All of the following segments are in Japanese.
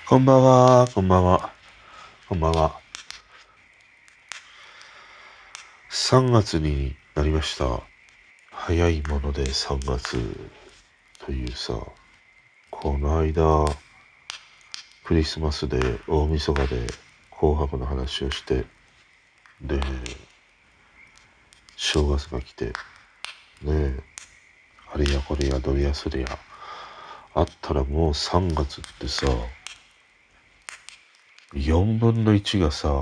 こんばんは、こんばんは、こんばんは。3月になりました。早いもので3月というさ、この間、クリスマスで大晦日で紅白の話をして、で、正月が来て、ねえ、あれやこれやどれやそれや、あったらもう3月ってさ、4分の1がさ、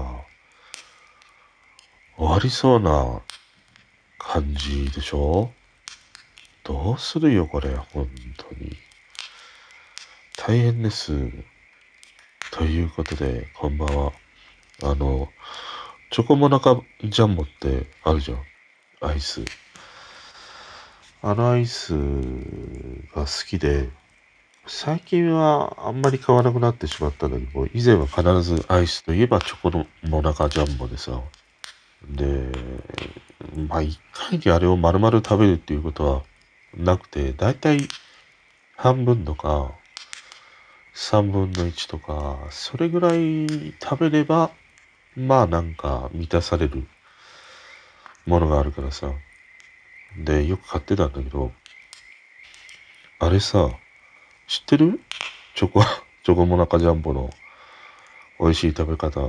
終わりそうな感じでしょ？どうするよこれ、本当に。大変です。ということで、こんばんは。あの、チョコモナカジャンボってあるじゃん。アイス。あのアイスが好きで、最近はあんまり買わなくなってしまったんだけど、以前は必ずアイスといえばチョコのモナカジャンボでさ。で、まあ一回にあれを丸々食べるっていうことはなくて、だいたい半分とか3分の1とか、それぐらい食べれば、まあなんか満たされるものがあるからさ。で、よく買ってたんだけど、あれさ、知ってる？チョコ、チョコモナカジャンボの美味しい食べ方。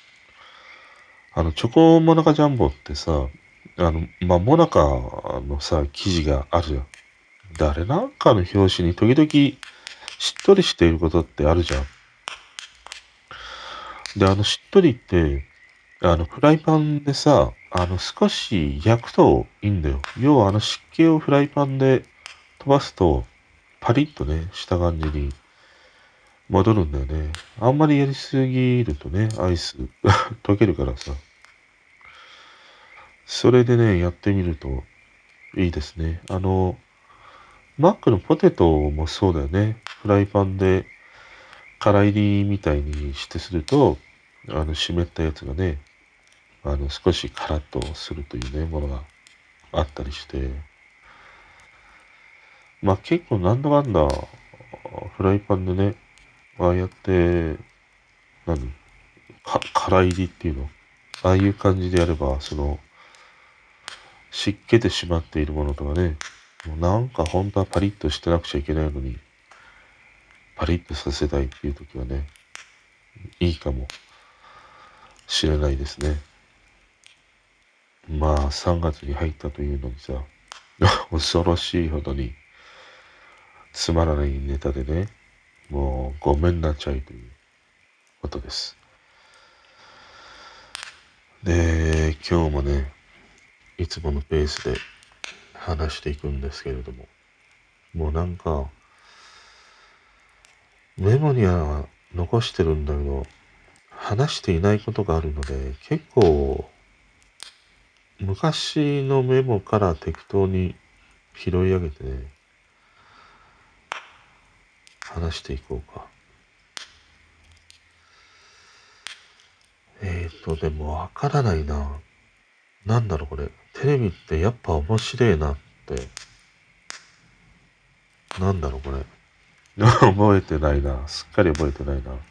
チョコモナカジャンボってさ、まあ、モナカのさ、生地があるじゃん。で、あれなんかの表紙に時々しっとりしていることってあるじゃん。で、しっとりって、フライパンでさ、少し焼くといいんだよ。要は湿気をフライパンで飛ばすと、パリッとね、した感じに戻るんだよね。あんまりやりすぎるとね、アイス溶けるからさ。それでね、やってみるといいですね。マックのポテトもそうだよね。フライパンで空入りみたいにしてすると、湿ったやつがね、少しカラッとするというね、ものがあったりして、まあ結構なんだかんだ、フライパンでね、ああやって、何空入りっていうの、ああいう感じでやれば、湿気てしまっているものとかね、もうなんか本当はパリッとしてなくちゃいけないのに、パリッとさせたいっていう時はね、いいかもしれないですね。まあ3月に入ったというのにさ、恐ろしいほどにつまらないネタでね、もうごめんなちゃいということです。で、今日もね、いつものペースで話していくんですけれども、もうなんか、メモには残してるんだけど、話していないことがあるので、結構、昔のメモから適当に拾い上げてね、話していこうか。でもわからないな。なんだろうこれ。テレビってやっぱ面白いなって。なんだろうこれ。覚えてないな。すっかり覚えてないな。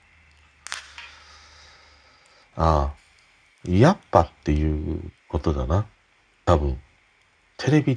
ああ、やっぱっていうことだな。多分。テレビって、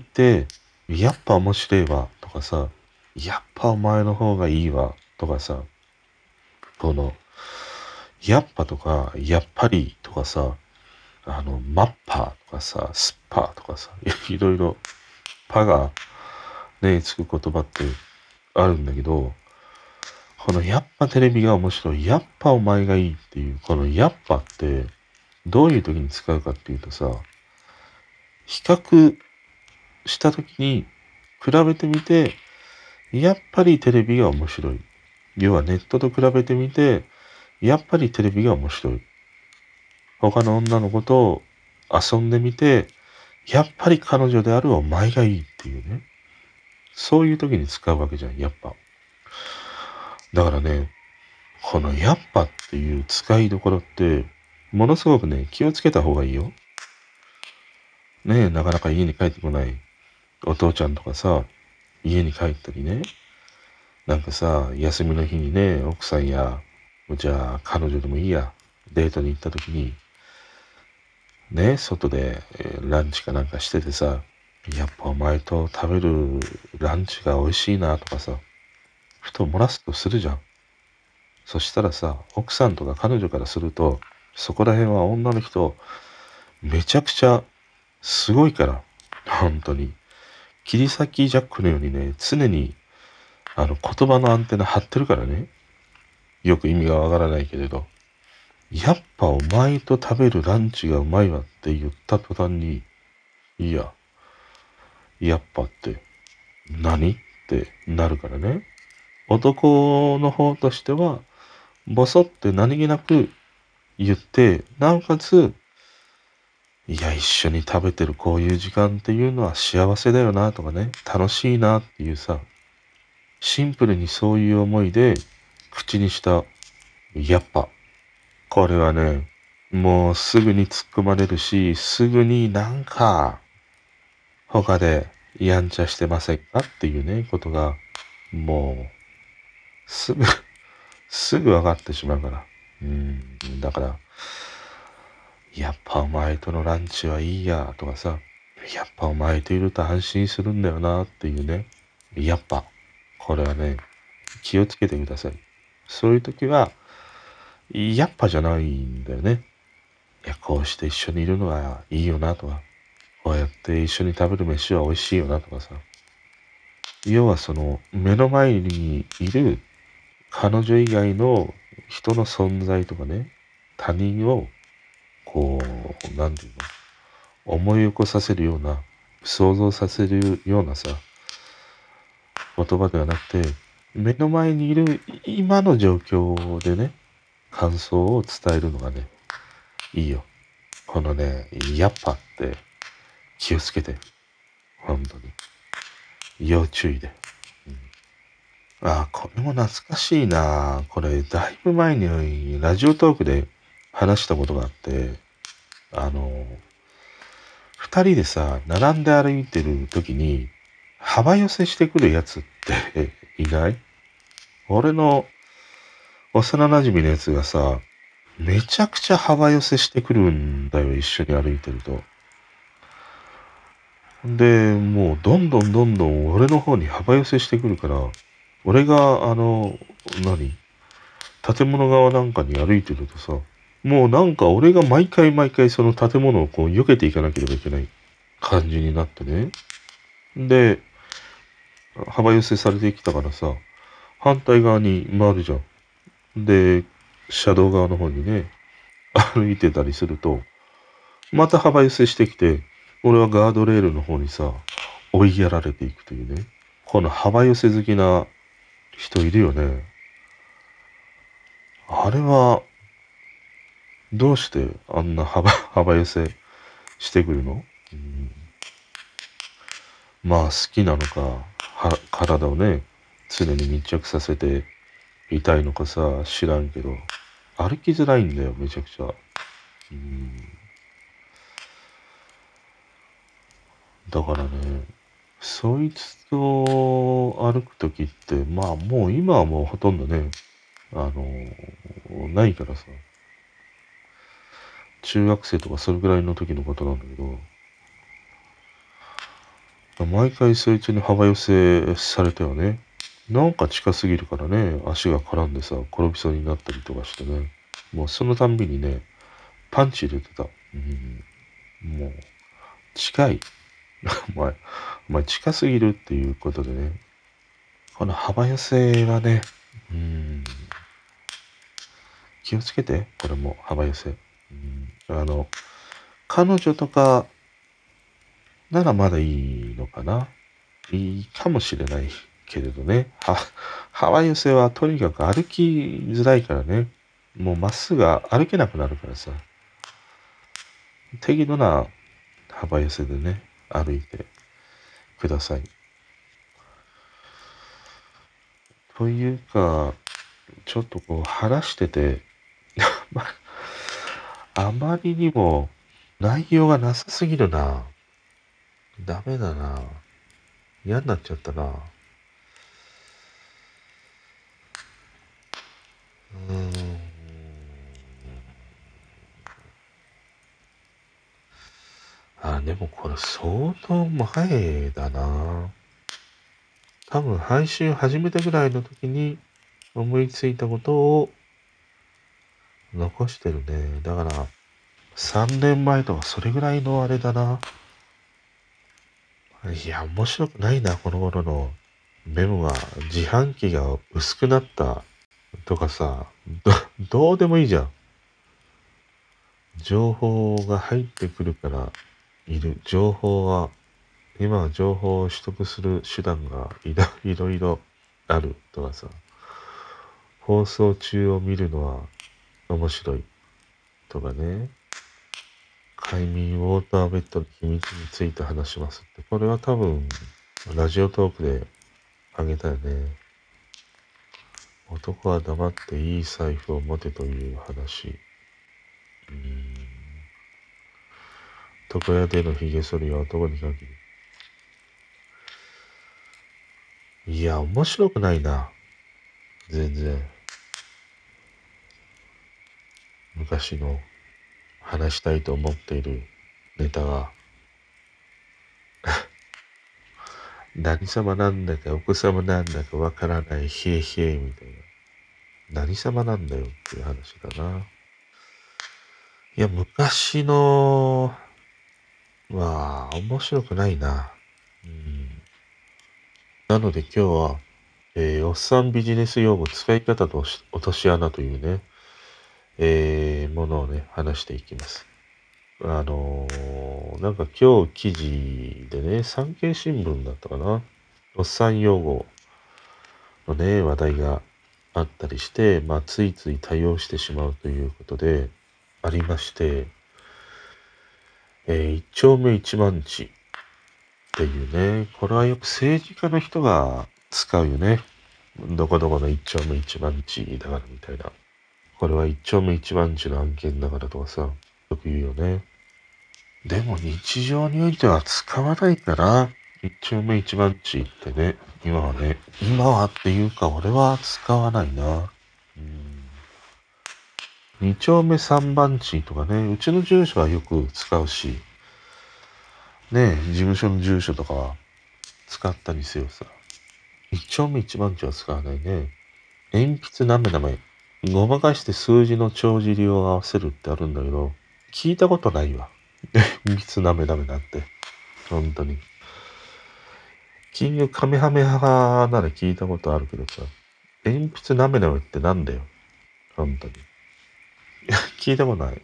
やっぱ面白いわ。とかさ、やっぱお前の方がいいわ。とかさ、この、やっぱとか、やっぱりとかさ、マッパーとかさ、スッパーとかさ、いろいろ、パがね、つく言葉ってあるんだけど、このやっぱテレビが面白い、やっぱお前がいいっていう、このやっぱって、どういう時に使うかっていうとさ、比較した時に比べてみて、やっぱりテレビが面白い。要はネットと比べてみて、やっぱりテレビが面白い。他の女の子と遊んでみて、やっぱり彼女であるお前がいいっていうね。そういう時に使うわけじゃん、やっぱ。だからね、このやっぱっていう使いどころって、ものすごくね、気をつけた方がいいよ。ねえ、なかなか家に帰ってこないお父ちゃんとかさ、家に帰ったりね、 なんかさ、休みの日にね、奥さんや、じゃあ彼女でもいいや、デートに行った時に、ね、外でランチかなんかしててさ、やっぱお前と食べるランチが美味しいなとかさ、ふと漏らすとするじゃん。そしたらさ、奥さんとか彼女からすると、そこら辺は女の人、めちゃくちゃすごいから、本当に。切り裂きジャックのようにね、常に言葉のアンテナ張ってるからね。よく意味がわからないけれど。やっぱお前と食べるランチがうまいわって言った途端に、いや、やっぱって何ってなるからね。男の方としては、ボソって何気なく言って、なおかつ、いや、一緒に食べてるこういう時間っていうのは幸せだよなとかね、楽しいなっていうさ、シンプルにそういう思いで口にした、やっぱ、これはね、もうすぐに突っ込まれるし、すぐになんか、他でやんちゃしてませんかっていうね、ことが、もう、すぐ、すぐ分かってしまうから。だから、やっぱお前とのランチはいいや、とかさ、やっぱお前といると安心するんだよな、っていうね。やっぱ、これはね、気をつけてください。そういう時は、やっぱじゃないんだよね。いや、こうして一緒にいるのはいいよな、とか、こうやって一緒に食べる飯は美味しいよな、とかさ。要はその、目の前にいる彼女以外の人の存在とかね、他人を、こう、なんていうの、思い起こさせるような、想像させるようなさ、言葉ではなくて、目の前にいる今の状況でね、感想を伝えるのがね、いいよ。このね、やっぱって気をつけて。本当に。要注意で。ああ、これも懐かしいな。これ、だいぶ前にラジオトークで話したことがあって、あの、二人でさ、並んで歩いてる時に、幅寄せしてくるやつっていない？俺の幼馴染のやつがさ、めちゃくちゃ幅寄せしてくるんだよ、一緒に歩いてると。で、もうどんどんどんどん俺の方に幅寄せしてくるから、俺が何建物側なんかに歩いてるとさ、もうなんか俺が毎回毎回その建物をこう避けていかなければいけない感じになってね。で、幅寄せされてきたからさ、反対側に回るじゃん。で、車道側の方にね、歩いてたりすると、また幅寄せしてきて、俺はガードレールの方にさ、追いやられていくというね。この幅寄せ好きな人いるよね。あれは、どうしてあんな幅寄せしてくるの？まあ好きなのか、体をね、常に密着させていたいのかさ、知らんけど、歩きづらいんだよ、めちゃくちゃ。だからね、そいつと歩くときって、まあもう今はもうほとんどね、ないからさ、中学生とかそれぐらいの時のことなんだけど、毎回そいつに幅寄せされてはね、なんか近すぎるからね、足が絡んでさ、転びそうになったりとかしてね、もうそのたんびにね、パンチ入れてた。もう、近い。お前近すぎるっていうことでね、この幅寄せはね、うん、気をつけて、これも幅寄せ。彼女とかならまだいいのかな。いいかもしれないけれどね。幅寄せはとにかく歩きづらいからね。もうまっすぐ歩けなくなるからさ。適度な幅寄せでね、歩いてください。というか、ちょっとこう、話してて、あまりにも内容がなさすぎるな。ダメだな。嫌になっちゃったな。 でもこれ相当前だな。多分配信始めたぐらいの時に思いついたことを残してるね。だから3年前とかそれぐらいのあれだな。いや、面白くないな、この頃のメモが。自販機が薄くなったとかさ、どうでもいいじゃん。情報が入ってくるからいる。今は情報を取得する手段がいろいろあるとかさ、放送中を見るのは面白いとかね、快眠ウォーターベッドの秘密について話しますって、これは多分、ラジオトークであげたよね。男は黙っていい財布を持てという話。床屋での髭剃りは男に限り。いや、面白くないな。全然。昔の話したいと思っているネタが。何様なんだか奥様なんだかわからないひえひえみたいな。何様なんだよっていう話だな。いや、昔のは面白くないな。なので今日は、おっさんビジネス用語使い方と落とし穴というね、ものをね、話していきます。なんか今日記事でね、産経新聞だったかな。おっさん用語のね、話題があったりして、ついつい多用してしまうということでありまして、一丁目一番地っていうね、これはよく政治家の人が使うよね。どこどこの一丁目一番地だからみたいな。これは一丁目一番地の案件だからとかさ、よく言うよね。でも日常においては使わないから、一丁目一番地ってね、今はっていうか俺は使わないな。二丁目三番地とかね、うちの住所はよく使うし、ね事務所の住所とかは使ったりせよさ。一丁目一番地は使わないね。鉛筆なめなめ。ごまかして数字の帳尻を合わせるってあるんだけど、聞いたことないわ。鉛筆なめなめなんて。本当に。キングカメハメハなら聞いたことあるけどさ、鉛筆なめなめってなんだよ。本当に。聞いたことない。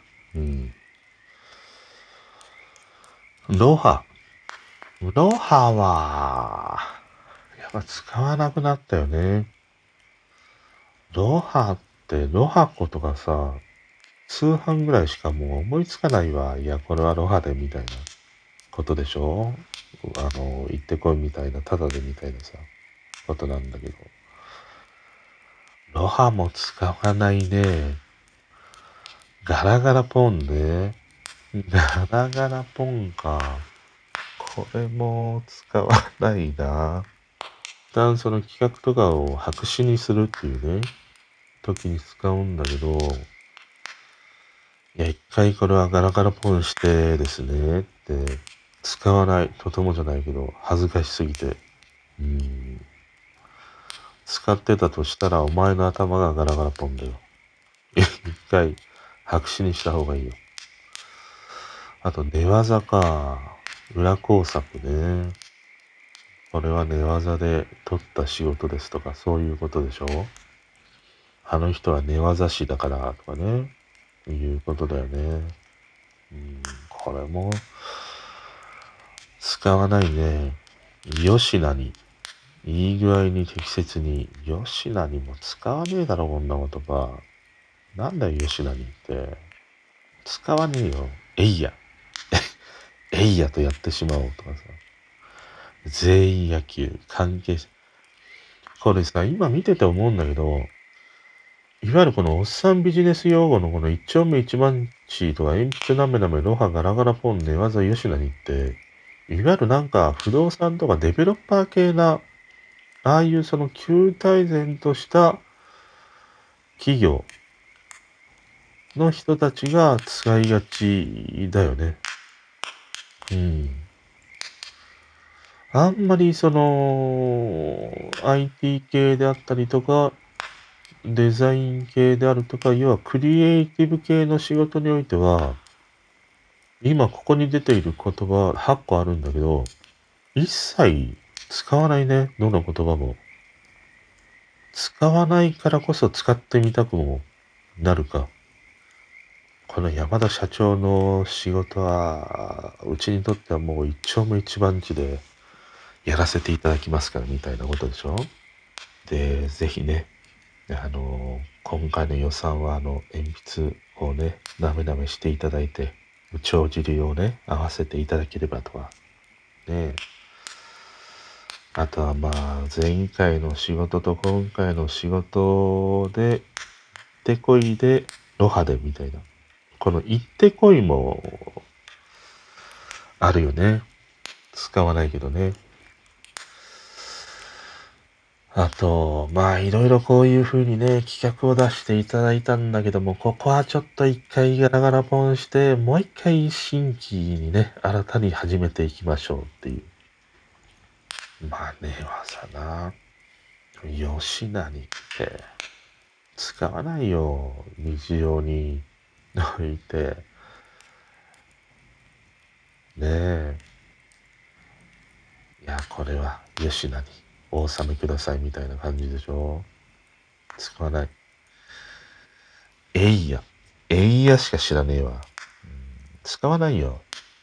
ロハ。ロハは、やっぱ使わなくなったよね。ロハってロハコとかさ、通販ぐらいしかもう思いつかないわ。いや、これはロハでみたいなことでしょ。行ってこいみたいな、タダでみたいなさ、ことなんだけど。ロハも使わないね。ガラガラポンね。ガラガラポンか。これも使わないな。一旦その企画とかを白紙にするっていうね、時に使うんだけど、いや、一回これはガラガラポンしてですね、って使わない。とてもじゃないけど、恥ずかしすぎて。使ってたとしたらお前の頭がガラガラポンだよ。一回白紙にした方がいいよ。あと寝技か。裏工作ね。これは寝技で取った仕事ですとかそういうことでしょ。あの人は寝技師だからとかね。いうことだよね。これも使わないね。よしなに。いい具合に適切に。よしなにも使わねえだろ、こんな言葉。なんだよ、よしなにって。使わねえよ。えいや。えいやとやってしまおうとかさ。全員野球、関係者。これさ、今見てて思うんだけど、いわゆるこのおっさんビジネス用語のこの一丁目一番地とか鉛筆なめなめロハガラガラポン寝技よしなにって、いわゆるなんか不動産とかデベロッパー系な、ああいうその旧態然とした企業の人たちが使いがちだよね。 うん。あんまりその、IT 系であったりとか、デザイン系であるとか、要はクリエイティブ系の仕事においては、今ここに出ている言葉8個あるんだけど、一切使わないね。どの言葉も。使わないからこそ使ってみたくもなるか。この山田社長の仕事は、うちにとってはもう一丁目一番地でやらせていただきますからみたいなことでしょ。で、ぜひね、今回の予算は鉛筆をね、なめなめしていただいて、帳尻をね、合わせていただければとは。ね。あとはまあ、前回の仕事と今回の仕事で、ってこいで、ロハでみたいな。この行ってこいも、あるよね。使わないけどね。あと、まあいろいろこういう風にね、企画を出していただいたんだけども、ここはちょっと一回ガラガラポンして、もう一回新規にね、新たに始めていきましょうっていう。まあねはさな、吉成って使わないよ。日常において。ねえ。いや、これは吉成、お納めくださいみたいな感じでしょ。使わない。えいや。えいやしか知らねえわ。使わないよ。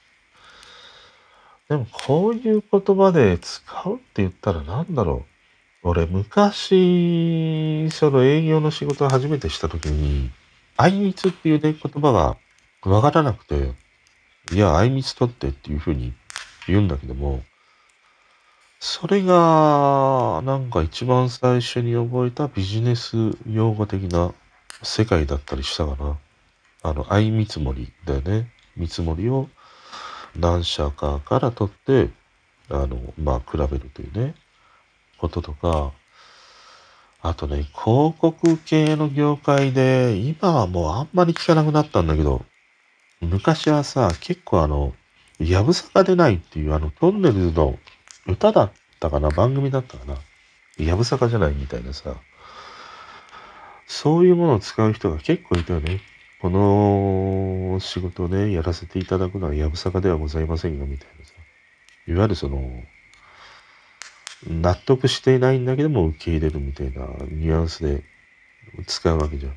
でもこういう言葉で使うって言ったらなんだろう。俺昔、その営業の仕事を初めてした時に、あいみつっていうね、言葉がわからなくて、いや、あいみつ取ってっていうふうに言うんだけども、それが、なんか一番最初に覚えたビジネス用語的な世界だったりしたかな。相見積もりだよね。見積もりを何社かから取って、まあ、比べるというね、こととか、あとね、広告系の業界で、今はもうあんまり聞かなくなったんだけど、昔はさ、結構やぶさかでないっていうトンネルズの歌だったかな、番組だったかな。やぶさかじゃないみたいなさ、そういうものを使う人が結構いたよね。この仕事をね、やらせていただくのはやぶさかではございませんよ、みたいなさ。いわゆるその、納得していないんだけども受け入れるみたいなニュアンスで使うわけじゃん。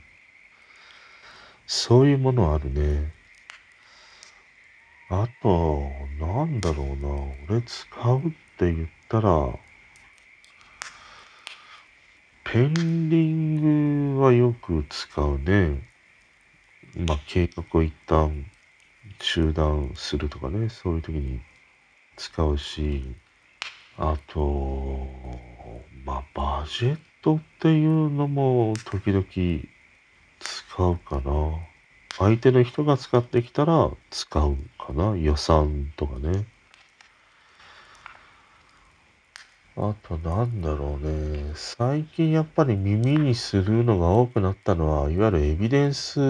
そういうものあるね。あと、なんだろうな。俺使うって言ったら、ペンディングはよく使うね。まあ、計画を一旦中断するとかね、そういう時に使うし、あと、まあ、バジェットっていうのも時々使うかな。相手の人が使ってきたら使うかな。予算とかね。あとなんだろうね。最近やっぱり耳にするのが多くなったのは、いわゆるエビデンス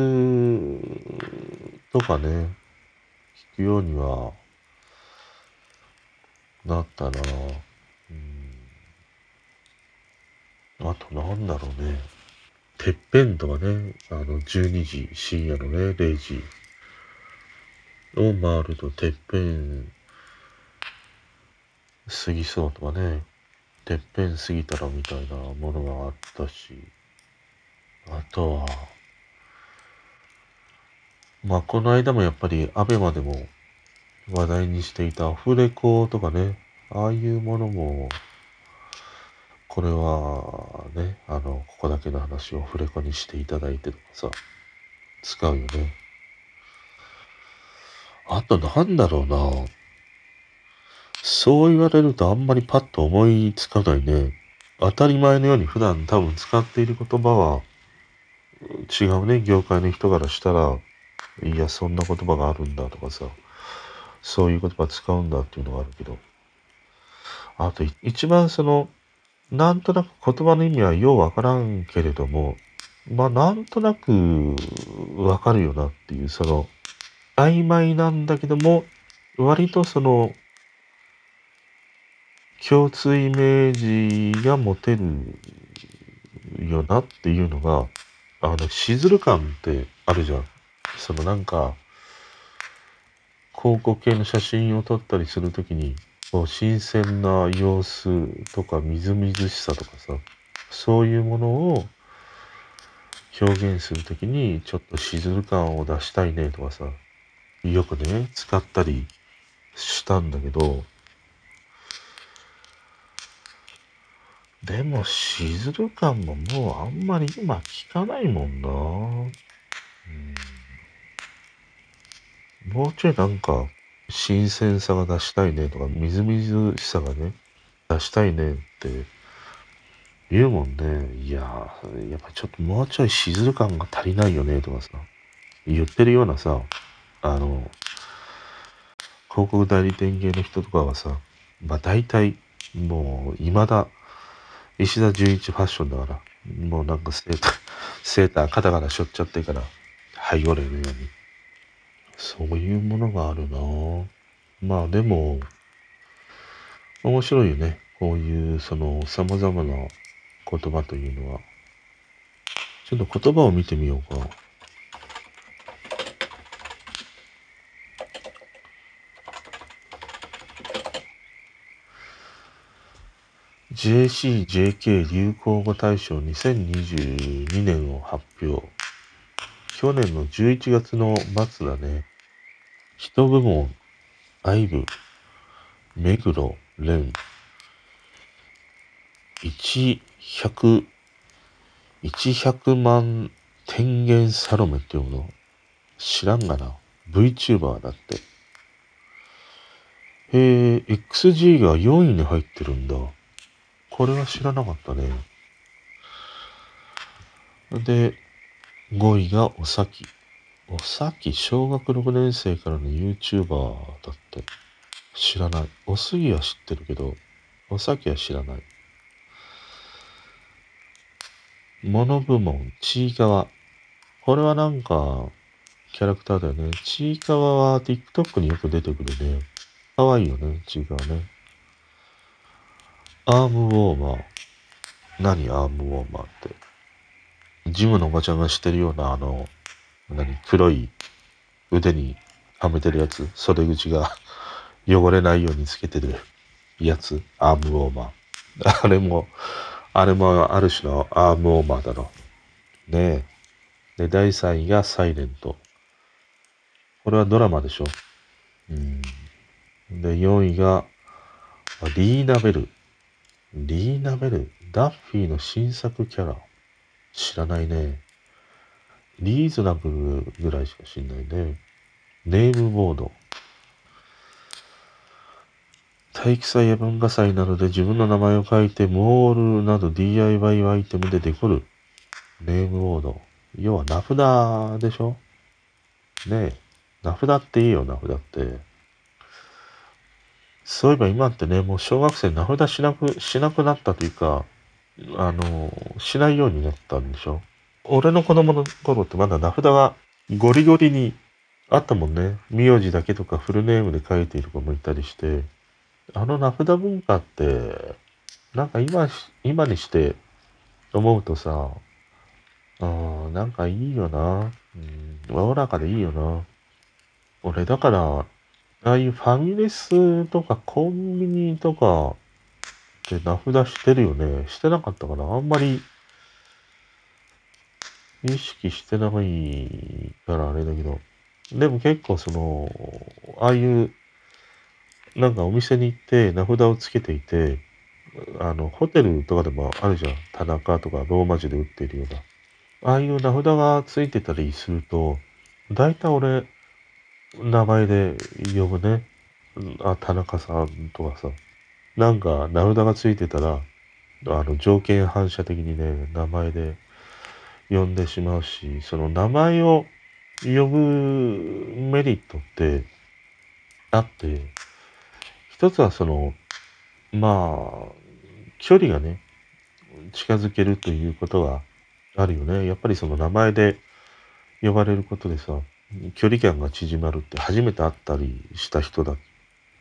とかね、聞くようにはなったな。うん、あとなんだろうね。てっぺんとかね、12時、深夜のね、0時を回るとてっぺん過ぎそうとかね、てっぺん過ぎたらみたいなものがあったし、あとは、まあこの間もやっぱりアベマでも話題にしていたアフレコとかね、ああいうものも、これはね、ここだけの話をアフレコにしていただいてとかさ、使うよね。あとなんだろうな。そう言われるとあんまりパッと思いつかないね。当たり前のように普段多分使っている言葉は違うね。業界の人からしたら、いや、そんな言葉があるんだとかさ、そういう言葉使うんだっていうのがあるけど。あと、一番その、なんとなく言葉の意味はようわからんけれども、まあなんとなくわかるよなっていう、その、曖昧なんだけども、 割とその、共通イメージが持てるよなっていうのが、シズル感ってあるじゃん。そのなんか、広告系の写真を撮ったりするときに、こう新鮮な様子とかみずみずしさとかさ、そういうものを表現するときにちょっとシズル感を出したいねとかさ、よくね、使ったりしたんだけど、でもシズル感ももうあんまり今聞かないもんな。もうちょいなんか新鮮さが出したいねとかみずみずしさがね出したいねって言うもんね。いやー、やっぱちょっともうちょいシズル感が足りないよねとかさ言ってるようなさ、広告代理店系の人とかはさ、まあ大体もう未だ石田純一ファッションだから、もうなんかセーター肩からしょっちゃってからはい俺のように、そういうものがあるなぁ。まあでも面白いよね、こういうその様々な言葉というのは。ちょっと言葉を見てみようか。JCJK 流行語大賞2022年を発表。去年の11月の末だね。一部門、IVE、目黒蓮、100万天元サロメっていうもの知らんがな。VTuber だって。XG が4位に入ってるんだ。これは知らなかったね。で、5位がおさき。おさき、小学6年生からの YouTuber だって。知らない。おすぎは知ってるけど、おさきは知らない。モノ部門、ちいかわ。これはなんか、キャラクターだよね。ちいかわは TikTok によく出てくるね。かわいいよね、ちいかわね。アームウォーマー。何アームウォーマーって。ジムのおばちゃんがしてるような黒い腕にはめてるやつ。袖口が汚れないようにつけてるやつ。アームウォーマー。あれもある種のアームウォーマーだろ。ねえ。で、第3位がサイレント。これはドラマでしょ。うん。で、4位がリーナベル。リーナベル。ダッフィーの新作キャラ。知らないね。リーズナブルぐらいしか知んないね。ネームボード。体育祭や文化祭などで自分の名前を書いて、モールなど DIY アイテムでデコる。ネームボード。要は名札でしょ。ねえ。名札っていいよ、名札って。そういえば今ってね、もう小学生名札しなくなったというか、しないようになったんでしょ。俺の子供の頃ってまだ名札がゴリゴリにあったもんね。名字だけとかフルネームで書いている子もいたりして、あの名札文化って、なんか今にして思うとさ、なんかいいよな。おおらかでいいよな。俺だから、ああいうファミレスとかコンビニとかって名札してるよね。してなかったかな。あんまり意識してないからあれだけど。でも結構ああいうなんかお店に行って名札をつけていて、ホテルとかでもあるじゃん。田中とかローマ字で売っているような。ああいう名札がついてたりすると、大体俺、名前で呼ぶね。田中さんとかさ。なんか名札がついてたら、条件反射的にね、名前で呼んでしまうし、その名前を呼ぶメリットってあって、一つはまあ、距離がね、近づけるということがあるよね。やっぱりその名前で呼ばれることでさ、距離感が縮まるって初めて会ったりした人だっ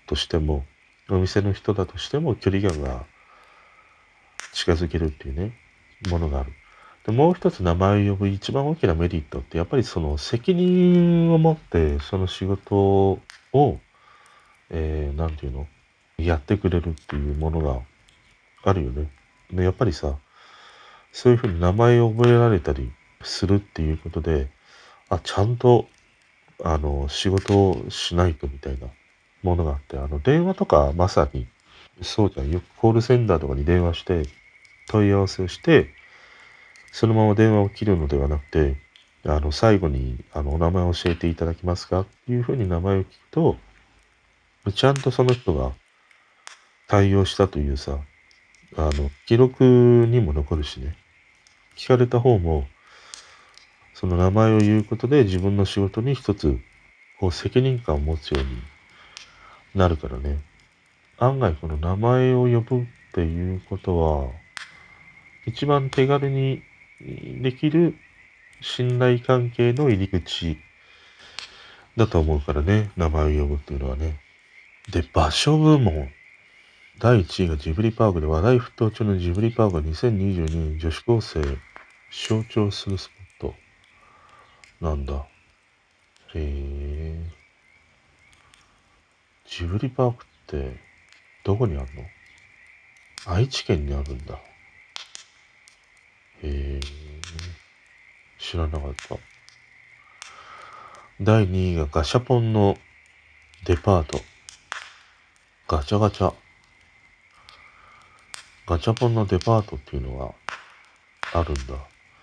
としても、お店の人だとしても距離感が近づけるっていうね、ものがある。で、もう一つ名前を呼ぶ一番大きなメリットって、やっぱりその責任を持ってその仕事を、なんていうの、やってくれるっていうものがあるよね。で、やっぱりさ、そういうふうに名前を覚えられたりするっていうことで、あ、ちゃんと、仕事をしないとみたいなものがあって、電話とかまさにそうじゃん。よくコールセンターとかに電話して問い合わせをして、そのまま電話を切るのではなくて、最後に、お名前を教えていただけますかっていうふうに名前を聞くと、ちゃんとその人が対応したというさ、記録にも残るしね。聞かれた方も、その名前を言うことで自分の仕事に一つ、こう責任感を持つようになるからね。案外この名前を呼ぶっていうことは、一番手軽にできる信頼関係の入り口だと思うからね。名前を呼ぶっていうのはね。で、場所部門。第1位がジブリパークで話題沸騰中のジブリパークが2022年女子高生象徴するスポットなんだ。へえ。ジブリパークってどこにあるの？愛知県にあるんだ。へえ。知らなかった。第2位がガシャポンのデパート。ガチャガチャ。ガチャポンのデパートっていうのがあるんだ。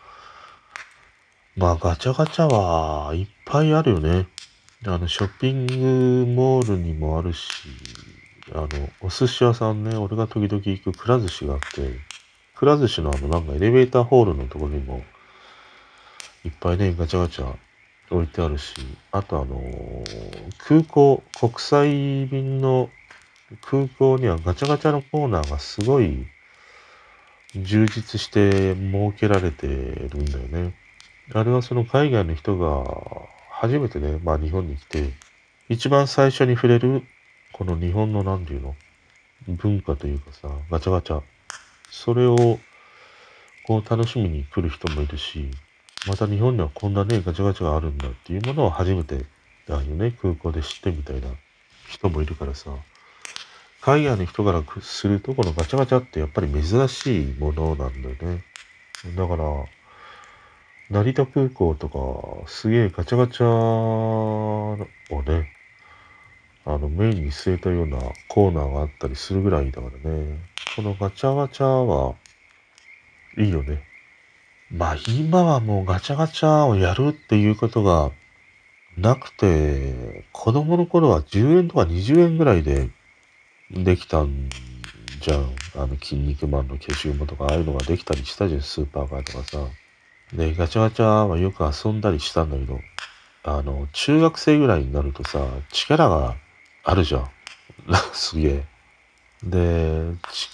まあガチャガチャはいっぱいあるよね。ショッピングモールにもあるし、お寿司屋さんね、俺が時々行くくら寿司があって、くら寿司のなんかエレベーターホールのところにも、いっぱいね、ガチャガチャ置いてあるし、あと空港、国際便の空港にはガチャガチャのコーナーがすごい充実して設けられてるんだよね。あれはその海外の人が初めてね、まあ日本に来て、一番最初に触れる、この日本のなんていうの、文化というかさ、ガチャガチャ。それをこう楽しみに来る人もいるし、また日本にはこんなね、ガチャガチャがあるんだっていうものを初めて、ね、空港で知ってみたいな人もいるからさ、海外の人からすると、このガチャガチャってやっぱり珍しいものなんだよね。だから、成田空港とか、すげえガチャガチャをね、メインに据えたようなコーナーがあったりするぐらいだからね。このガチャガチャはいいよね。まあ今はもうガチャガチャをやるっていうことがなくて、子供の頃は10円とか20円ぐらいでできたんじゃん。筋肉マンの消しゴムとか、ああいうのができたりしたじゃん、スーパーカーとかさ。で、ガチャガチャはよく遊んだりしたんだけど、中学生ぐらいになるとさ、力があるじゃん。すげえ。で、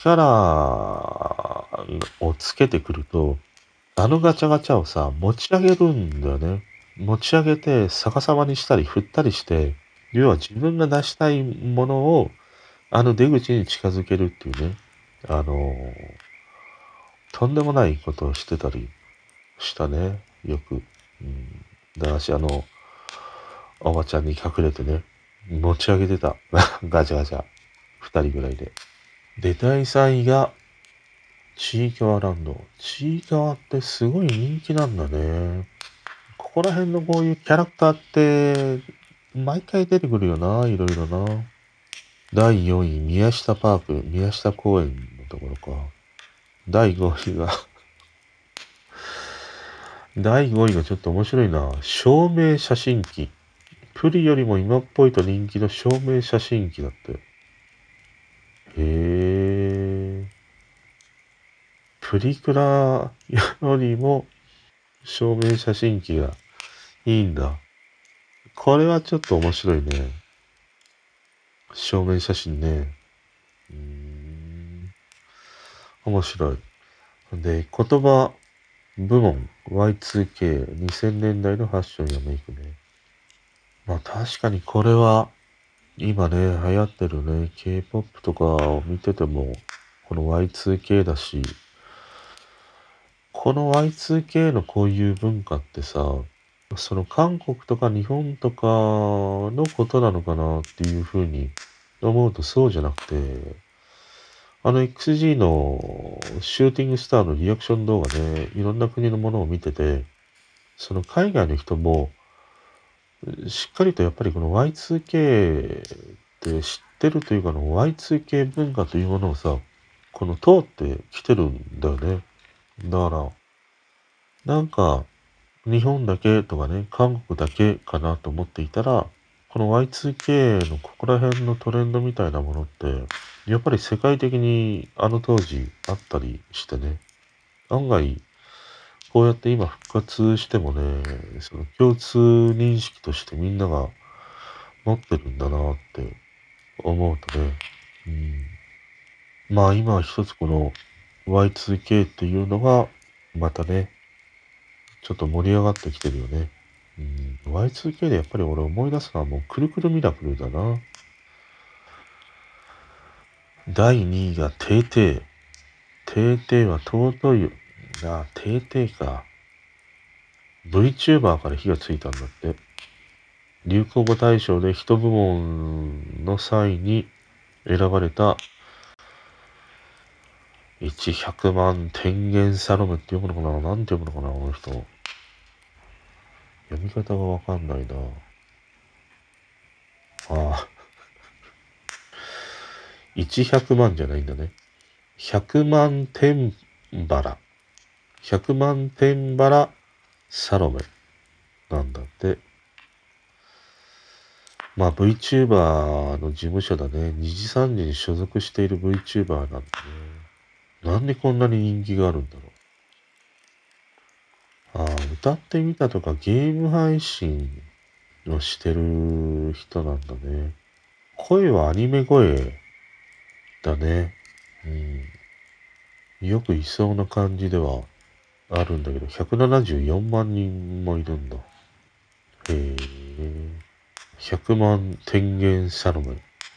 力をつけてくると、あのガチャガチャをさ、持ち上げるんだよね。持ち上げて逆さまにしたり振ったりして、要は自分が出したいものをあの出口に近づけるっていうね。あの、とんでもないことをしてたりしたね。よく。うん。だから私おばちゃんに隠れてね、持ち上げてた。ガチャガチャ。二人ぐらいで。で、第3位が、ちいかわランド。ちいかわってすごい人気なんだね。ここら辺のこういうキャラクターって、毎回出てくるよな、いろいろな。第4位、宮下パーク、宮下公園のところか。第5位が第5位がちょっと面白いな。証明写真機。プリよりも今っぽいと人気の証明写真機だって。へえ。プリクラよりも証明写真機がいいんだ。これはちょっと面白いね。証明写真ね。面白い。で、言葉部門 Y2K、2000年代のファッションやメイクね。まあ確かにこれは今ね、流行ってるね、K-POP とかを見てても、この Y2K だし、この Y2K のこういう文化ってさ、その韓国とか日本とかのことなのかなっていうふうに思うとそうじゃなくて、XG のシューティングスターのリアクション動画でいろんな国のものを見てて、その海外の人もしっかりとやっぱりこの Y2K って知ってるというかY2K 文化というものをさ、この通ってきてるんだよね。だから、なんか日本だけとかね、韓国だけかなと思っていたら、この Y2K のここら辺のトレンドみたいなものって、やっぱり世界的にあの当時あったりしてね、案外、こうやって今復活してもね、その共通認識としてみんなが持ってるんだなって思うとね、まあ今一つこの Y2K っていうのが、またね、ちょっと盛り上がってきてるよね。Y2K でやっぱり俺思い出すのはもうくるくるミラクルだな。第2位がテーテー。テーテーは尊いよ。テーテーか。VTuber から火がついたんだって。流行語大賞で一部門の際に選ばれた100万天元サロメって読むのかな、なんて読むのかなこの人。読み方がわかんないな。ああ、100万じゃないんだね。100万天バラ。100万天バラサロメなんだって。まあ VTuber の事務所だね。2時3時に所属している VTuber なんだね。なんでこんなに人気があるんだろう。歌ってみたとかゲーム配信をしてる人なんだね。声はアニメ声だね。よくいそうな感じではあるんだけど、174万人もいるんだ。へえ。100万天元サロメ。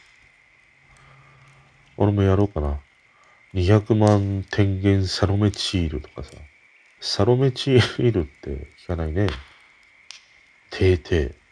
俺もやろうかな。200万天元サロメチールとかさ。サロメチールって聞かないね。テーテー。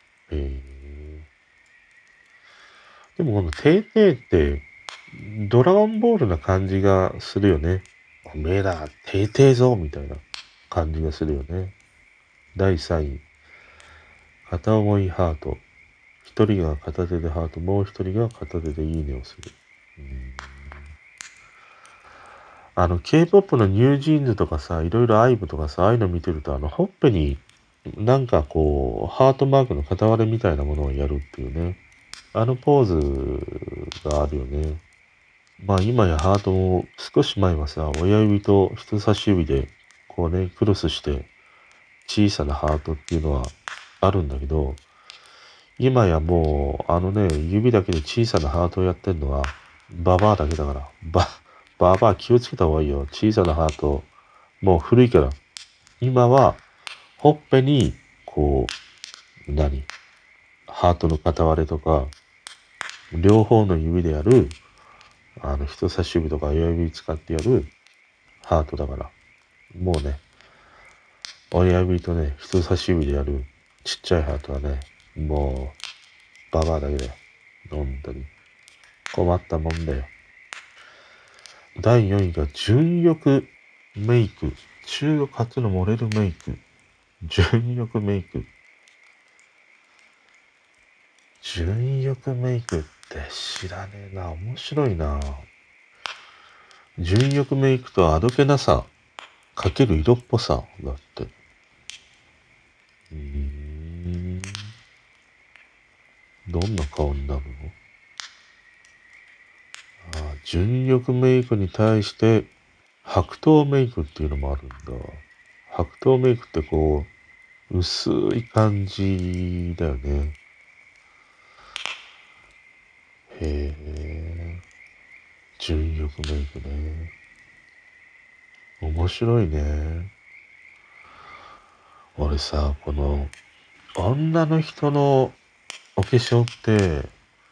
でもこのテーテーって、ドラゴンボールな感じがするよね。おめえら、テーテーぞみたいな感じがするよね。第3位。片思いハート。一人が片手でハート、もう一人が片手でいいねをする。K-POP のニュージーンズとかさ、いろいろアイブとかさ、ああいうの見てると、ほっぺになんかこう、ハートマークの片割れみたいなものをやるっていうね。あのポーズがあるよね。まあ今やハートも少し前はさ、親指と人差し指でこうね、クロスして小さなハートっていうのはあるんだけど、今やもう指だけで小さなハートをやってんのはババアだけだから。ババア気をつけた方がいいよ。小さなハート。もう古いから。今はほっぺにこう、ハートの片割れとか、両方の指でやる人差し指とか親指使ってやるハートだから。もうね、親指とね、人差し指でやるちっちゃいハートはね、もう、ババアだけだよ。本当に。困ったもんだよ。第4位が純欲メイク。中国初のモデルメイク。純欲メイク。純欲メイクって知らねえな。面白いな。純欲メイクとあどけなさ、かける色っぽさだって。どんな顔になるの？純欲メイクに対して白桃メイクっていうのもあるんだ。白桃メイクってこう、薄い感じだよね。へえ、純欲メイクね。面白いね。俺さ、この女の人のお化粧って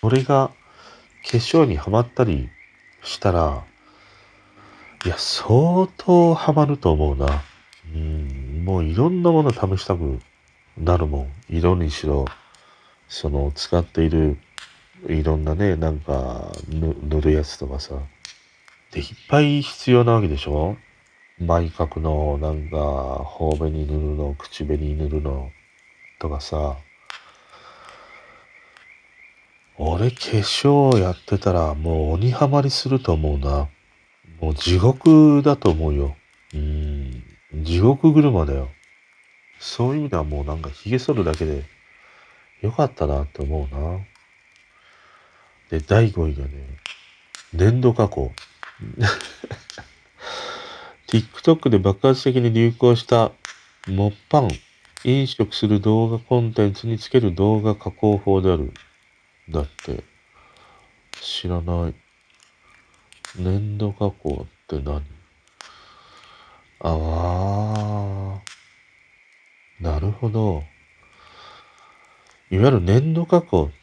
俺が化粧にハマったりしたら、いや、相当ハマると思うな。もういろんなもの試したくなるもん。色にしろ、その使っているいろんなね、なんか塗るやつとかさ。で、いっぱい必要なわけでしょ？眉角の、なんか、頬紅に塗るの、口紅に塗るの、とかさ。俺化粧やってたらもう鬼ハマりすると思うな。もう地獄だと思うよ。地獄車だよ。そういう意味ではもうなんか髭剃るだけでよかったなって思うな。で、第5位がね、粘土加工。TikTok で爆発的に流行したモッパン、飲食する動画コンテンツにつける動画加工法である。だって、知らない。粘土加工って何？あー、なるほど。いわゆる粘土加工って、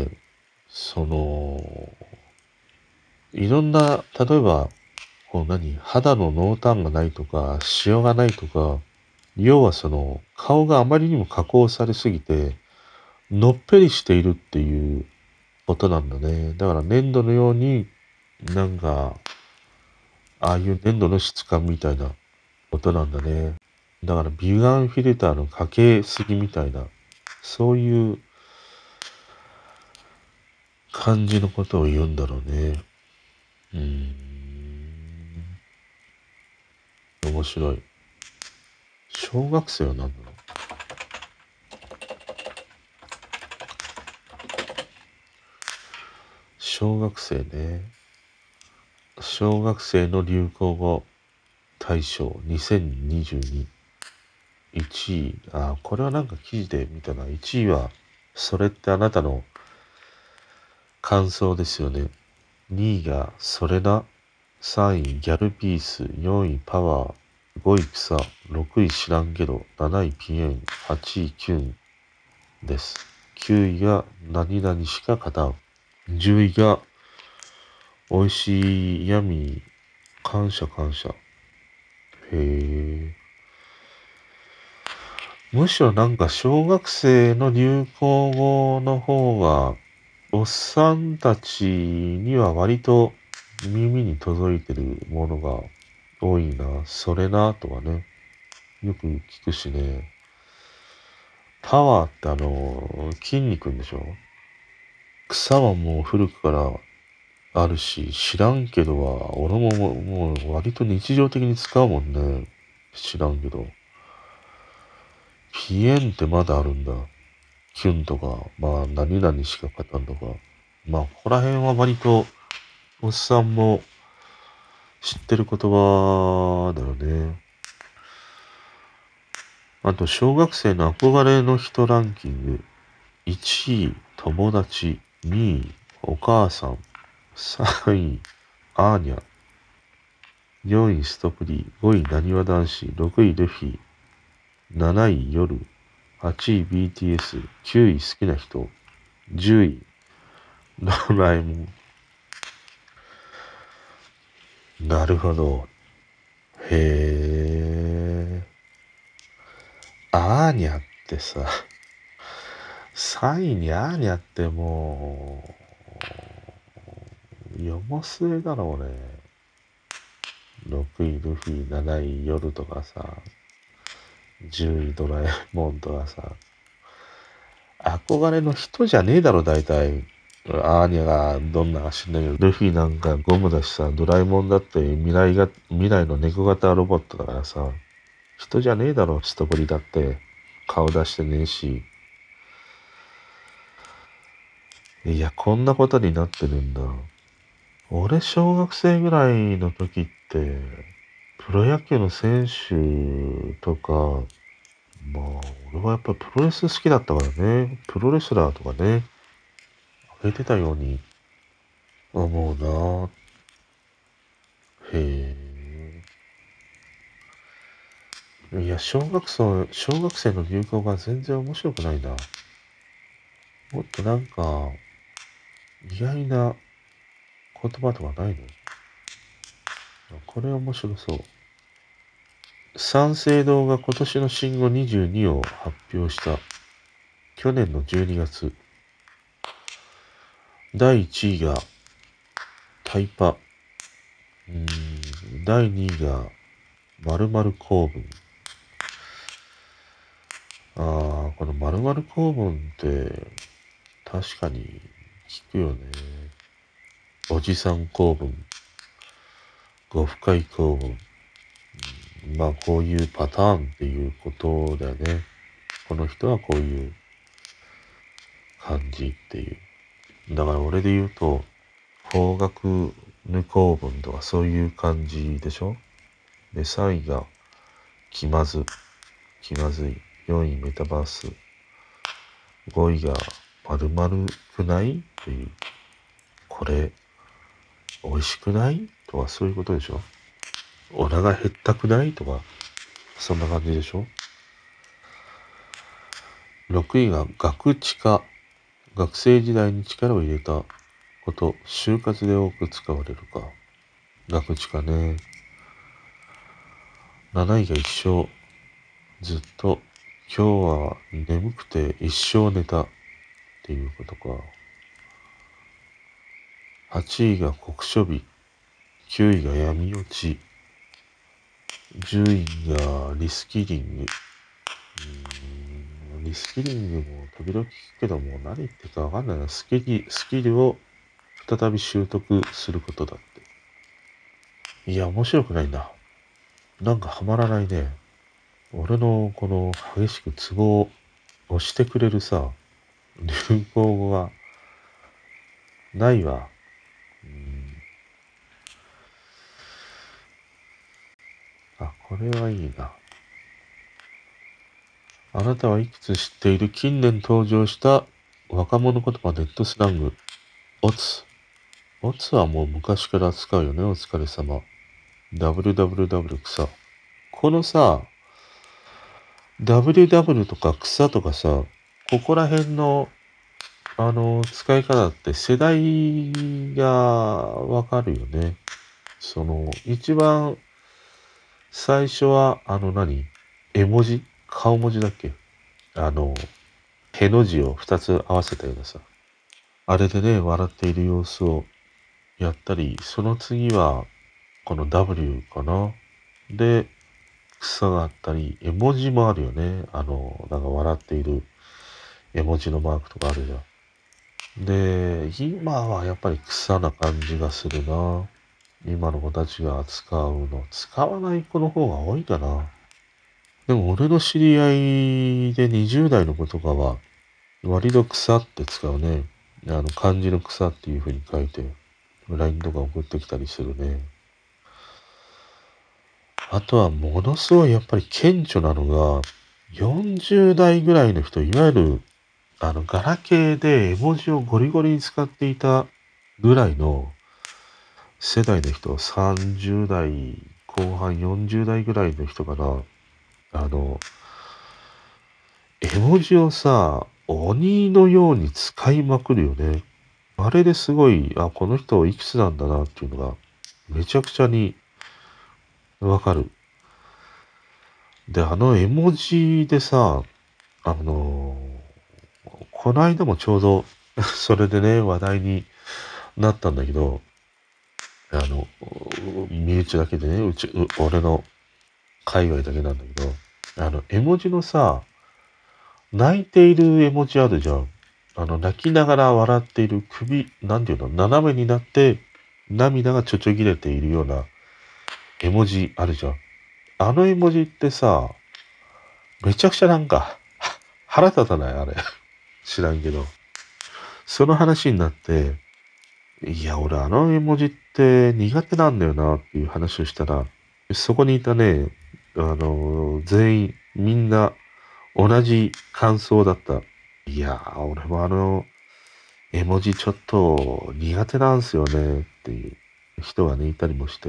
その、いろんな、例えば、肌の濃淡がないとか、シワがないとか、要はその、顔があまりにも加工されすぎて、のっぺりしているっていうことなんだね。だから粘土のように、なんか、ああいう粘土の質感みたいなことなんだね。だから美顔フィルターのかけすぎみたいな、そういう感じのことを言うんだろうね。うーん。面白い。小学生は何だろう。小学生ね。小学生の流行語大賞2022。1位。これはなんか記事で見たな。1位は、それってあなたの感想ですよね。2位が、それな。3位、ギャルピース。4位、パワー。5位、草。6位、知らんけど。7位、ピエン。8位、キュンです。9位が、何々しか語う。10位が、美味しい闇、感謝感謝。へえ。むしろなんか小学生の流行語の方が、おっさんたちには割と耳に届いてるものが多いな。それなとかね。よく聞くしね。パワーって筋肉んでしょ？草はもう古くからあるし、知らんけどは、俺ももう割と日常的に使うもんね。知らんけど。ピエンってまだあるんだ。キュンとか、まあ何々しか勝たんとか。まあここら辺は割とおっさんも知ってる言葉だよね。あと小学生の憧れの人ランキング。1位、友達。2位、お母さん。3位、アーニャ。4位、ストプリ。5位、なにわ男子。6位、ルフィ。7位、夜。8位、BTS。9位、好きな人。10位、ドラえもん。なるほど。へえ。アーニャってさ、3位にアーニャってもう、よもすえだろうね。6位ルフィ、7位夜とかさ、10位ドラえもんとかさ、憧れの人じゃねえだろ、大体。アーニャがどんなか知んないけど、ルフィなんかゴムだしさ、ドラえもんだって未来の猫型ロボットだからさ、人じゃねえだろ、ストブリだって。顔出してねえし。いや、こんなことになってるんだ。俺、小学生ぐらいの時って、プロ野球の選手とか、まあ、俺はやっぱりプロレス好きだったからね。プロレスラーとかね、上げてたように思うな。へえ。いや、小学生の流行が全然面白くないな。もっとなんか、 意外な言葉とかないの？これ面白そう。三省堂が今年の新語22を発表した。去年の12月。第1位がタイパ。第2位が〇〇公文。この〇〇公文って確かに聞くよね。おじさん公文。ご不快公文。まあこういうパターンっていうことだよね。この人はこういう感じっていう。だから俺で言うと、方角無公文とかそういう感じでしょ。で、3位が気まずい。4位メタバース。5位が〇〇くないっていう。これ、美味しくないとかそういうことでしょ。お腹減ったくないとか、そんな感じでしょ。6位が学知化。学生時代に力を入れたこと、就活で多く使われるか。学知化ね。7位が一生。ずっと、今日は眠くて一生寝たっていうことか。8位が酷暑日。9位が闇落ち。10位がリスキリング。リスキリングも時々聞くけども何言ってるかわかんないな。スキルを再び習得することだって。いや、面白くないな。なんかハマらないね。俺のこの激しくツボを押してくれるさ、流行語がないわ。これはいいな。あなたはいくつ知っている近年登場した若者言葉ネットスラング。オツ。オツはもう昔から使うよね。お疲れ様。www 草。このさ、ww とか草とかさ、ここら辺の、使い方って世代がわかるよね。一番最初は、絵文字顔文字だっけ。への字を2つ合わせたようなさ。あれでね、笑っている様子をやったり、その次は、この W かな。で、草があったり、絵文字もあるよね。なんか笑っている絵文字のマークとかあるじゃん。で、今はやっぱり草な感じがするな。今の子たちが使うの。使わない子の方が多いかな。でも俺の知り合いで20代の子とかは、割と草って使うね。漢字の草っていう風に書いて、LINE とか送ってきたりするね。あとはものすごいやっぱり顕著なのが、40代ぐらいの人、いわゆる、ガラケーで絵文字をゴリゴリに使っていたぐらいの世代の人、30代後半40代ぐらいの人かな。絵文字をさ、鬼のように使いまくるよね。あれですごい、この人いくつなんだなっていうのが、めちゃくちゃにわかる。で、絵文字でさ、この間もちょうどそれでね、話題になったんだけど、身内だけでね、俺の界隈だけなんだけど、絵文字のさ、泣いている絵文字あるじゃん。泣きながら笑っているなんていうの、斜めになって、涙がちょちょぎれているような絵文字あるじゃん。あの絵文字ってさ、めちゃくちゃなんか、腹立たないあれ。知らんけど。その話になって、いや、俺あの絵文字って苦手なんだよなっていう話をしたら、そこにいたね、全員、みんな同じ感想だった。いやー、俺も絵文字ちょっと苦手なんすよねっていう人がね、いたりもして、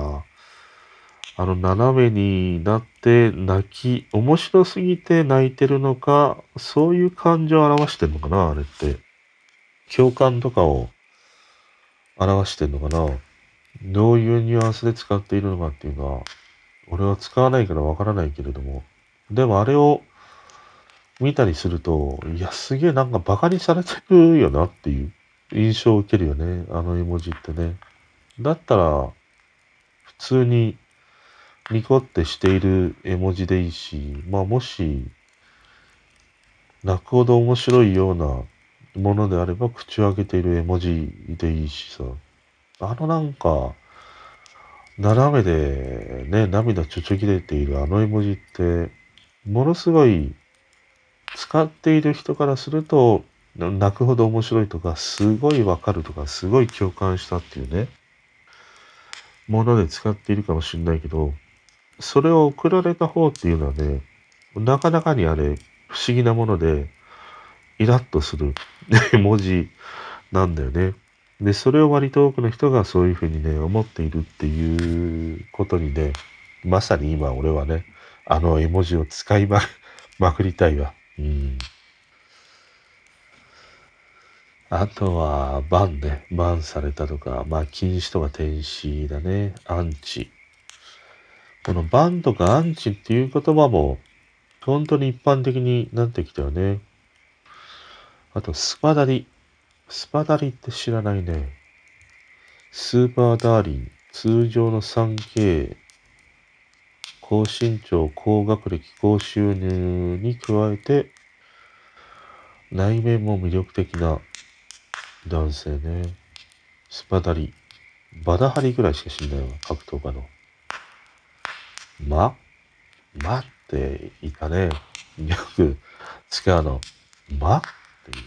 斜めになって面白すぎて泣いてるのか、そういう感情を表してるのかな、あれって。 共感とかを表してんのかな。どういうニュアンスで使っているのかっていうのは、俺は使わないからわからないけれども。でもあれを見たりすると、いや、すげえなんかバカにされてるよなっていう印象を受けるよね。あの絵文字ってね。だったら、普通にニコってしている絵文字でいいし、まあもし、泣くほど面白いようなものであれば口を開けている絵文字でいいしさ。なんか、斜めでね、涙ちょちょぎれているあの絵文字って、ものすごい使っている人からすると、泣くほど面白いとか、すごいわかるとか、すごい共感したっていうね、もので使っているかもしれないけど、それを送られた方っていうのはね、なかなかにあれ、不思議なもので、イラッとする絵文字なんだよね。で、それを割と多くの人がそういうふうにね、思っているっていうことにね、まさに今俺はね、あの絵文字を使いまくりたいわ。うん。あとは、バンね。バンされたとか、まあ、禁止とか停止だね。アンチ。このバンとかアンチっていう言葉も、本当に一般的になってきたよね。あと、スパダリ。スパダリって知らないね。スーパーダーリン。通常の 3K。高身長、高学歴、高収入に加えて、内面も魅力的な男性ね。スパダリ。バダハリぐらいしか知んないわ。格闘家の。って言ったね。よく使うの。っていう。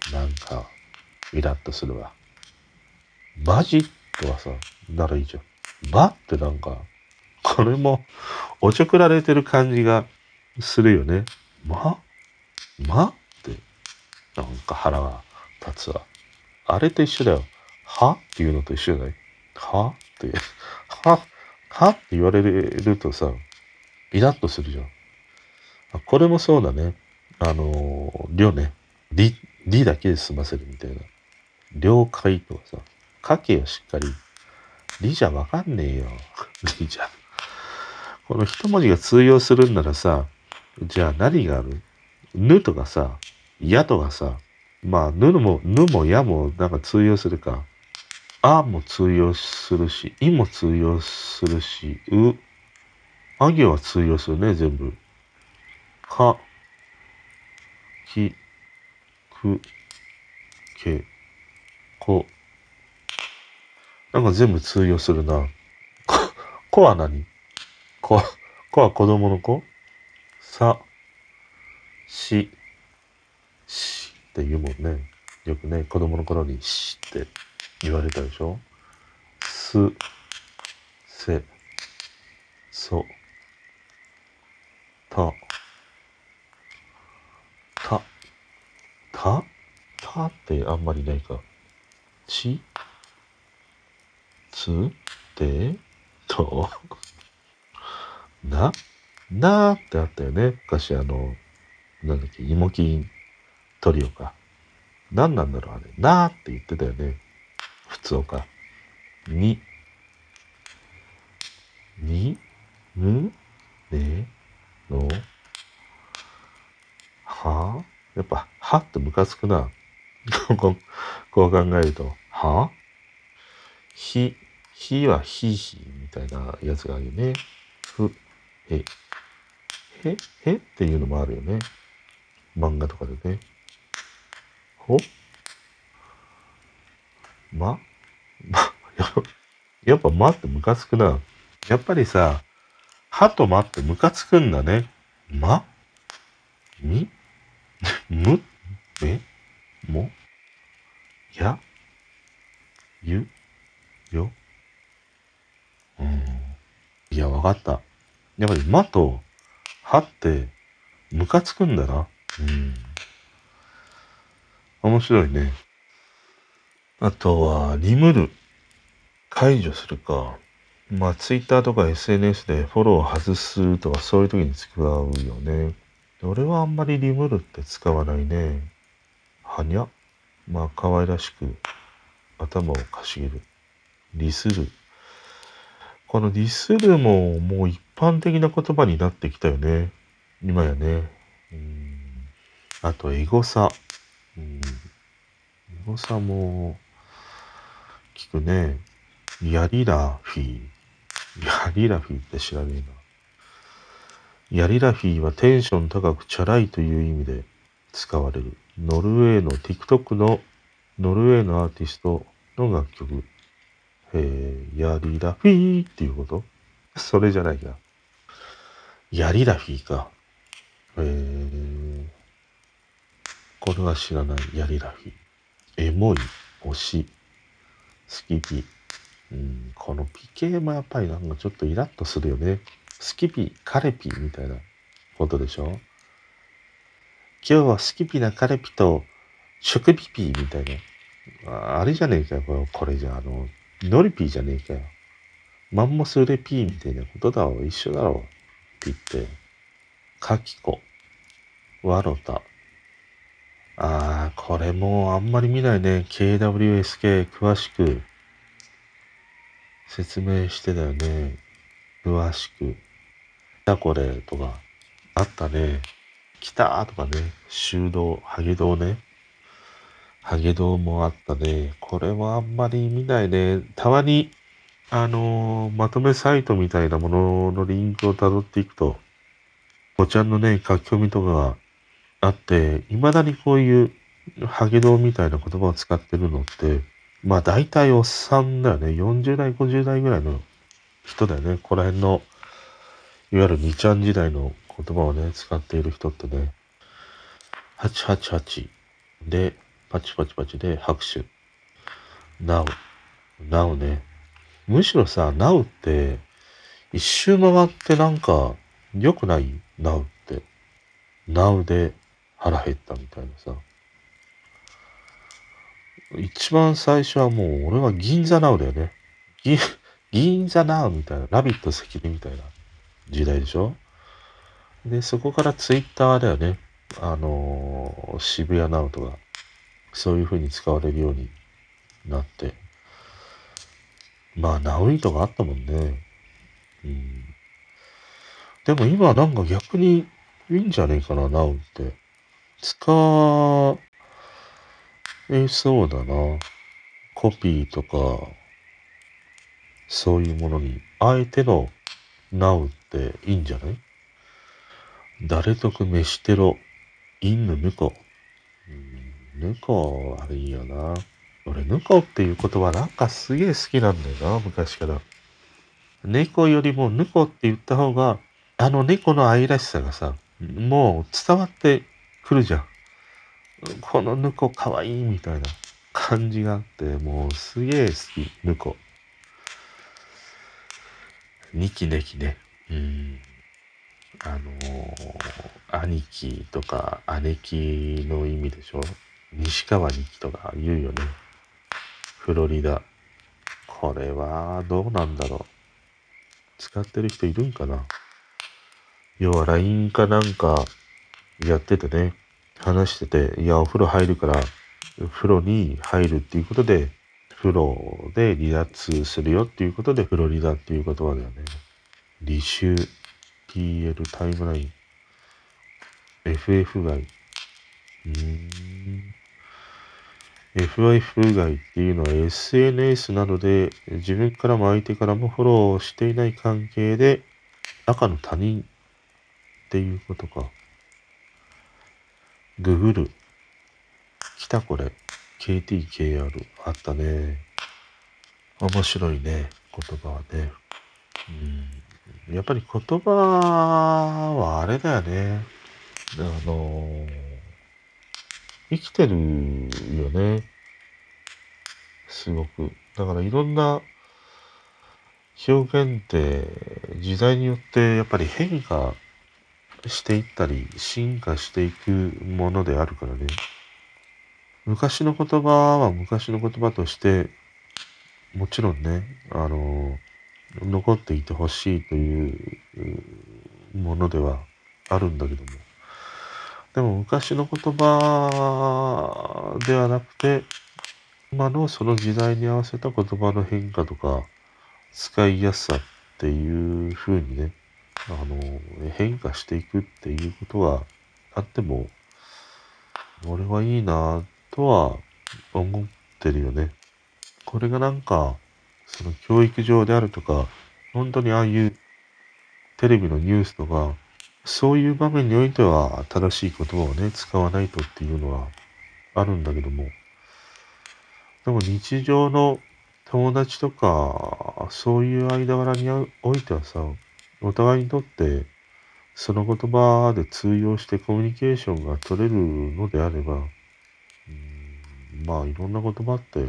なんか、イラッとするわ。マジとかさ、ならいいじゃん。ってなんか、これも、おちょくられてる感じがするよね。って、なんか腹が立つわ。あれと一緒だよ。っていうのと一緒じゃない？って、はって言われるとさ、イラッとするじゃん。これもそうだね。了ね。理だけで済ませるみたいな。了解とかさ、書けよしっかり。理じゃわかんねえよ。理じゃ。この一文字が通用するんならさ、じゃあ何がある？ぬとかさ、やとかさ、まあ、ぬもやもなんか通用するか。あも通用するし、いも通用するし、あ行は通用するね、全部。か、き、く、け、こ。なんか全部通用するな。こは何？こ、こは子供の子？さ、って言うもんね。よくね、子供の頃にって言われたでしょ？す、せ、そ、た、た、たってあんまりないか。ち、つ、て、と、なってあったよね。昔なんだっけ、芋金トリオか。何なんだろうあれ。なーって言ってたよね。普通か。に、む、ね、の、やっぱ、ってムカつくな。こう考えると、ひはひみたいなやつがあるよね。へ、っていうのもあるよね。漫画とかでね。ほ、ま、やっぱってムカつくな。やっぱりさ、とってムカつくんだね。み、む、も、や、ゆ、よ。うん。いや、わかった。やっぱりとってムカつくんだな。うん。面白いね。あとは、リムル。解除するか。まあ、ツイッターとか SNS でフォロー外すとかそういう時に使うよね。俺はあんまりリムルって使わないね。 はにゃ。まあ、可愛らしく頭をかしげる。ディスる。このディスるももう一般的な言葉になってきたよね。今やね。あと、エゴサ。エゴサも聞くね。ヤリラフィー。ヤリラフィーって知らねえな。ヤリラフィーはテンション高くチャラいという意味で使われる。ノルウェーの TikTok のノルウェーのアーティストの楽曲。ヤリラフィーっていうことそれじゃないか。ヤリラフィーか。これは知らない。ヤリラフィー。エモい、推し、スキピ。このピ系もやっぱりなんかちょっとイラッとするよね。スキピ、カレピみたいなことでしょ。今日はスキピなカレピと食ピピみたいな。あれじゃねえかよ。これじゃノリピーじゃねえかよ。マンモスレピーみたいなことだわ。一緒だろ。ピって。カキコ。ワロタ。これもあんまり見ないね。KWSK 詳しく説明してたよね。詳しく。だこれとか、あったね。来たーとかね。修道、ハゲ道ね。ハゲ道もあったね。これはあんまり見ないね。たまに、まとめサイトみたいなもののリンクを辿っていくと、おちゃんのね、書き込みとかがあって、未だにこういうハゲ道みたいな言葉を使ってるのって、まあ大体おっさんだよね。40代、50代ぐらいの人だよね。ここら辺の、いわゆる2ちゃん時代の言葉をね、使っている人ってね、888で、パチパチパチで拍手。Now。Now ね。むしろさ、Now って、一周回ってなんか、良くない ?Now って。Now で腹減ったみたいなさ。一番最初はもう俺は銀座ナウだよね。銀座ナウみたいな、ラビット関根みたいな時代でしょ。で、そこからツイッターだよね。渋谷ナウとか、そういう風に使われるようになって。まあ、ナウイとかあったもんね。でも今なんか逆にいいんじゃねえかな、ナウって。使えそうだな。コピーとか、そういうものに、あえての Now っていいんじゃない。誰得飯テロ、インヌヌコ。ヌコ、あれいいよな。俺、ヌコっていう言葉なんかすげえ好きなんだよな、昔から。猫よりもヌコって言った方が、あの猫の愛らしさがさ、もう伝わってくるじゃん。このヌコかわいいみたいな感じがあって、もうすげえ好き、ヌコ。ニキネキね。兄貴とか姉貴の意味でしょ。西川ニキとか言うよね。フロリダ。これはどうなんだろう。使ってる人いるんかな。要は LINE かなんかやっててね、話してて、いやお風呂入るから風呂に入るっていうことで、風呂で離脱するよっていうことでフロリダっていう言葉だよね。履修 PL タイムライン FF 外。FF 外っていうのは SNS などで自分からも相手からもフォローしていない関係で赤の他人っていうことか。ググる。来たこれ。KTKR。あったね。面白いね。言葉はね。やっぱり言葉はあれだよね。生きてるよね。すごく。だからいろんな表現って時代によってやっぱり変化していったり進化していくものであるからね。昔の言葉は昔の言葉としてもちろんね、残っていてほしいというものではあるんだけども、 でも昔の言葉ではなくて、今のその時代に合わせた言葉の変化とか、使いやすさっていう風にね、変化していくっていうことはあっても、俺はいいなとは思ってるよね。これがなんか、その教育上であるとか、本当にああいうテレビのニュースとか、そういう場面においては正しい言葉をね、使わないとっていうのはあるんだけども、でも日常の友達とか、そういう間柄においてはさ、お互いにとってその言葉で通用してコミュニケーションが取れるのであれば、まあいろんな言葉って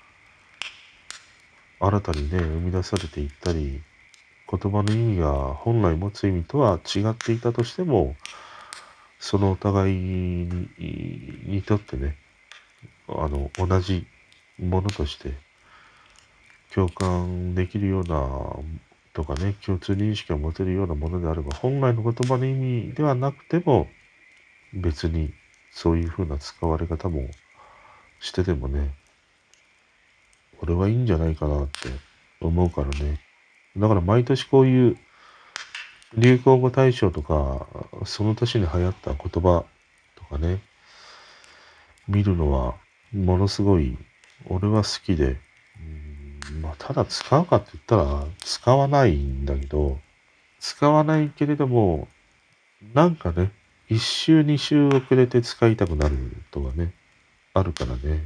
新たにね、生み出されていったり、言葉の意味が本来持つ意味とは違っていたとしても、そのお互いにとってね、同じものとして共感できるようなとかね、共通認識を持てるようなものであれば、本来の言葉の意味ではなくても、別にそういう風な使われ方もしててもね、俺はいいんじゃないかなって思うからね。だから毎年こういう流行語大賞とか、その年に流行った言葉とかね、見るのはものすごい俺は好きで、まあただ使うかって言ったら使わないんだけど、使わないけれども、なんかね、一周二周遅れて使いたくなるとかね、あるからね。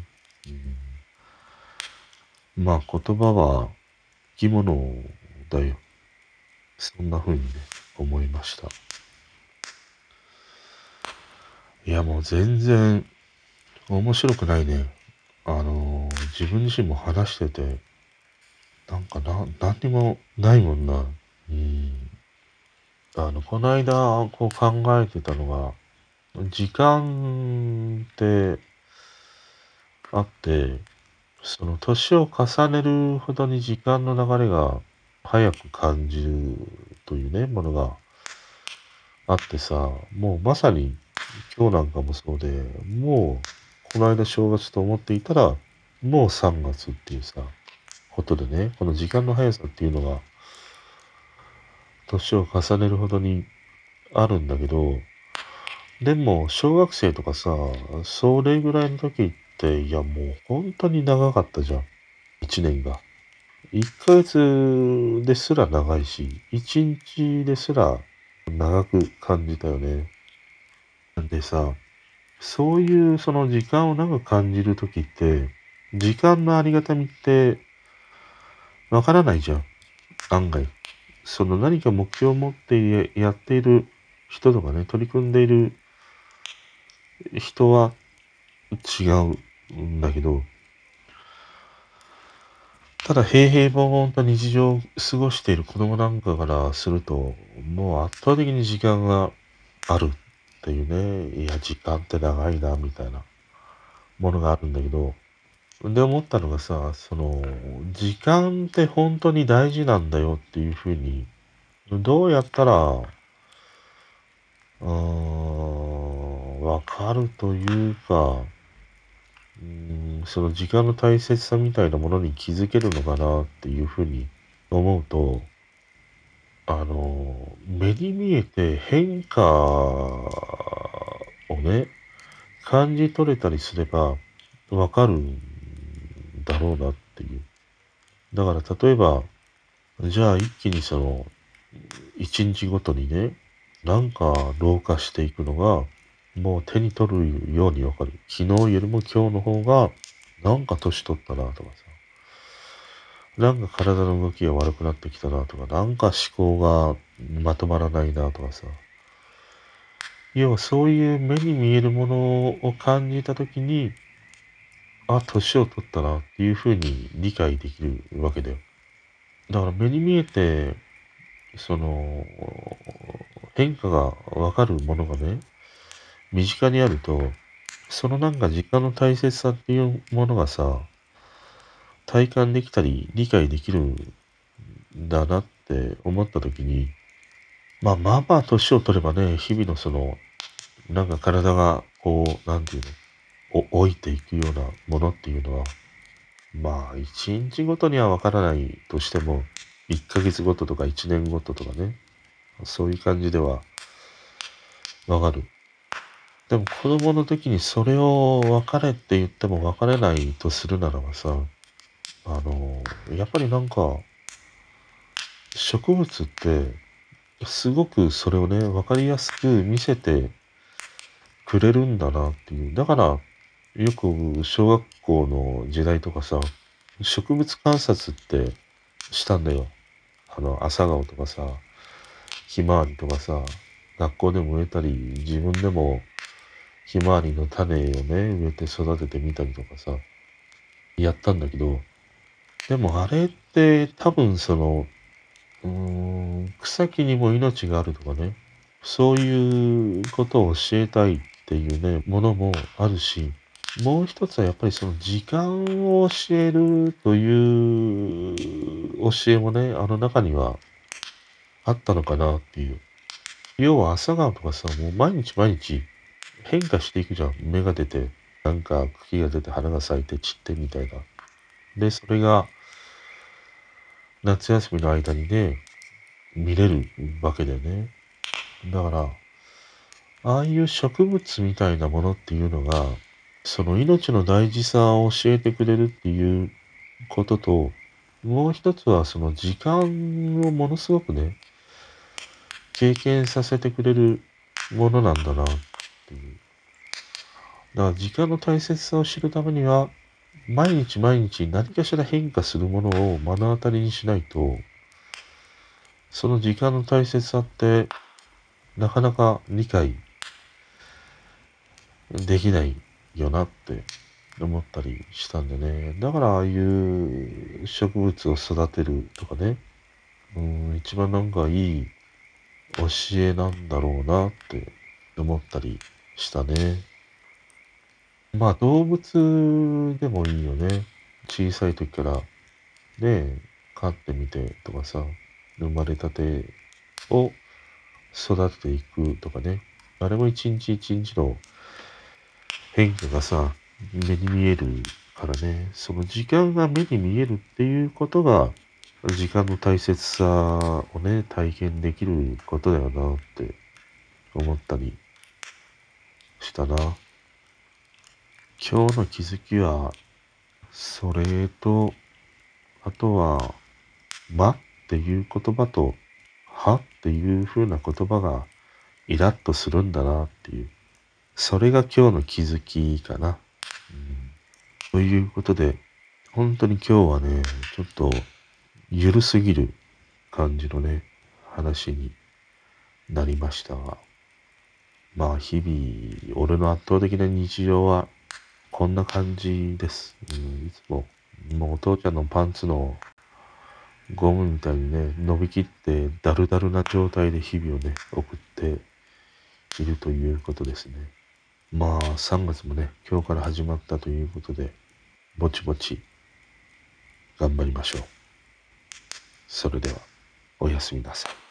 まあ言葉は生き物だよ。そんな風にね、思いました。いやもう全然面白くないね。自分自身も話してて、何にもないもんな。うん。この間、こう考えてたのが、時間ってあって、その年を重ねるほどに時間の流れが早く感じるというね、ものがあってさ、もうまさに今日なんかもそうで、もうこの間正月と思っていたら、もう3月っていうさ、ことでね、この時間の速さっていうのが年を重ねるほどにあるんだけど、でも小学生とかさ、それぐらいの時って、いやもう本当に長かったじゃん。1年が。1ヶ月ですら長いし、1日ですら長く感じたよね。でさ、そういうその時間を長く感じるときって、時間のありがたみってわからないじゃん。案外。その何か目標を持ってやっている人とかね、取り組んでいる人は違うんだけど、ただ平々凡々と日常を過ごしている子供なんかからすると、もう圧倒的に時間があるっていうね、いや、時間って長いな、みたいなものがあるんだけど、で思ったのがさ、その、時間って本当に大事なんだよっていうふうに、どうやったら、わかるというか、その時間の大切さみたいなものに気づけるのかなっていうふうに思うと、目に見えて変化をね、感じ取れたりすればわかるんだろうなっていう。だから例えば、じゃあ一気にその、一日ごとにね、なんか老化していくのが、もう手に取るようにわかる。昨日よりも今日の方が、なんか年取ったなとかさ、なんか体の動きが悪くなってきたなとか、なんか思考がまとまらないなとかさ、要はそういう目に見えるものを感じたときに、あ、年を取ったなっていうふうに理解できるわけだよ。だから目に見えて、その、変化がわかるものがね、身近にあると、そのなんか時間の大切さっていうものがさ、体感できたり理解できるんだなって思った時に、まあまあ年を取ればね、日々のそのなんか体がこう、なんていうの、老いていくようなものっていうのは、まあ、一日ごとにはわからないとしても、1ヶ月ごととか1年ごととかね、そういう感じではわかる。でも子供の時にそれを別れって言っても別れないとするならばさ、やっぱりなんか、植物って、すごくそれをね、わかりやすく見せてくれるんだなっていう。だから、よく小学校の時代とかさ、植物観察ってしたんだよ。朝顔とかさ、ひまわりとかさ、学校でも植えたり、自分でもひまわりの種をね、植えて育ててみたりとかさ、やったんだけど、でもあれって多分草木にも命があるとかね、そういうことを教えたいっていうね、ものもあるし、もう一つはやっぱりその時間を教えるという教えもね、あの中にはあったのかなっていう。要は朝顔とかさ、もう毎日毎日変化していくじゃん。芽が出て、なんか茎が出て花が咲いて散ってみたいな。で、それが夏休みの間にね、見れるわけだよね。だから、ああいう植物みたいなものっていうのが、その命の大事さを教えてくれるっていうことと、もう一つはその時間をものすごくね、経験させてくれるものなんだなっていう。だから時間の大切さを知るためには、毎日毎日何かしら変化するものを目の当たりにしないと、その時間の大切さってなかなか理解できないよなって思ったりしたんでね。だからああいう植物を育てるとかね、一番なんかいい教えなんだろうなって思ったりしたね。まあ動物でもいいよね。小さい時からね、飼ってみてとかさ、生まれたてを育てていくとかね。あれも一日一日の変化がさ、目に見えるからね。その時間が目に見えるっていうことが、時間の大切さをね、体験できることだよなって思ったりしたな。今日の気づきは、それと、あとは、っていう言葉と、っていう風な言葉がイラッとするんだなっていう。それが今日の気づきかな。ということで、本当に今日はね、ちょっと、ゆるすぎる感じのね、話になりましたが、まあ日々、俺の圧倒的な日常はこんな感じです。いつも、もうお父ちゃんのパンツのゴムみたいにね、伸びきってダルダルな状態で日々をね、送っているということですね。まあ3月もね、今日から始まったということで、ぼちぼち頑張りましょう。それでは、おやすみなさい。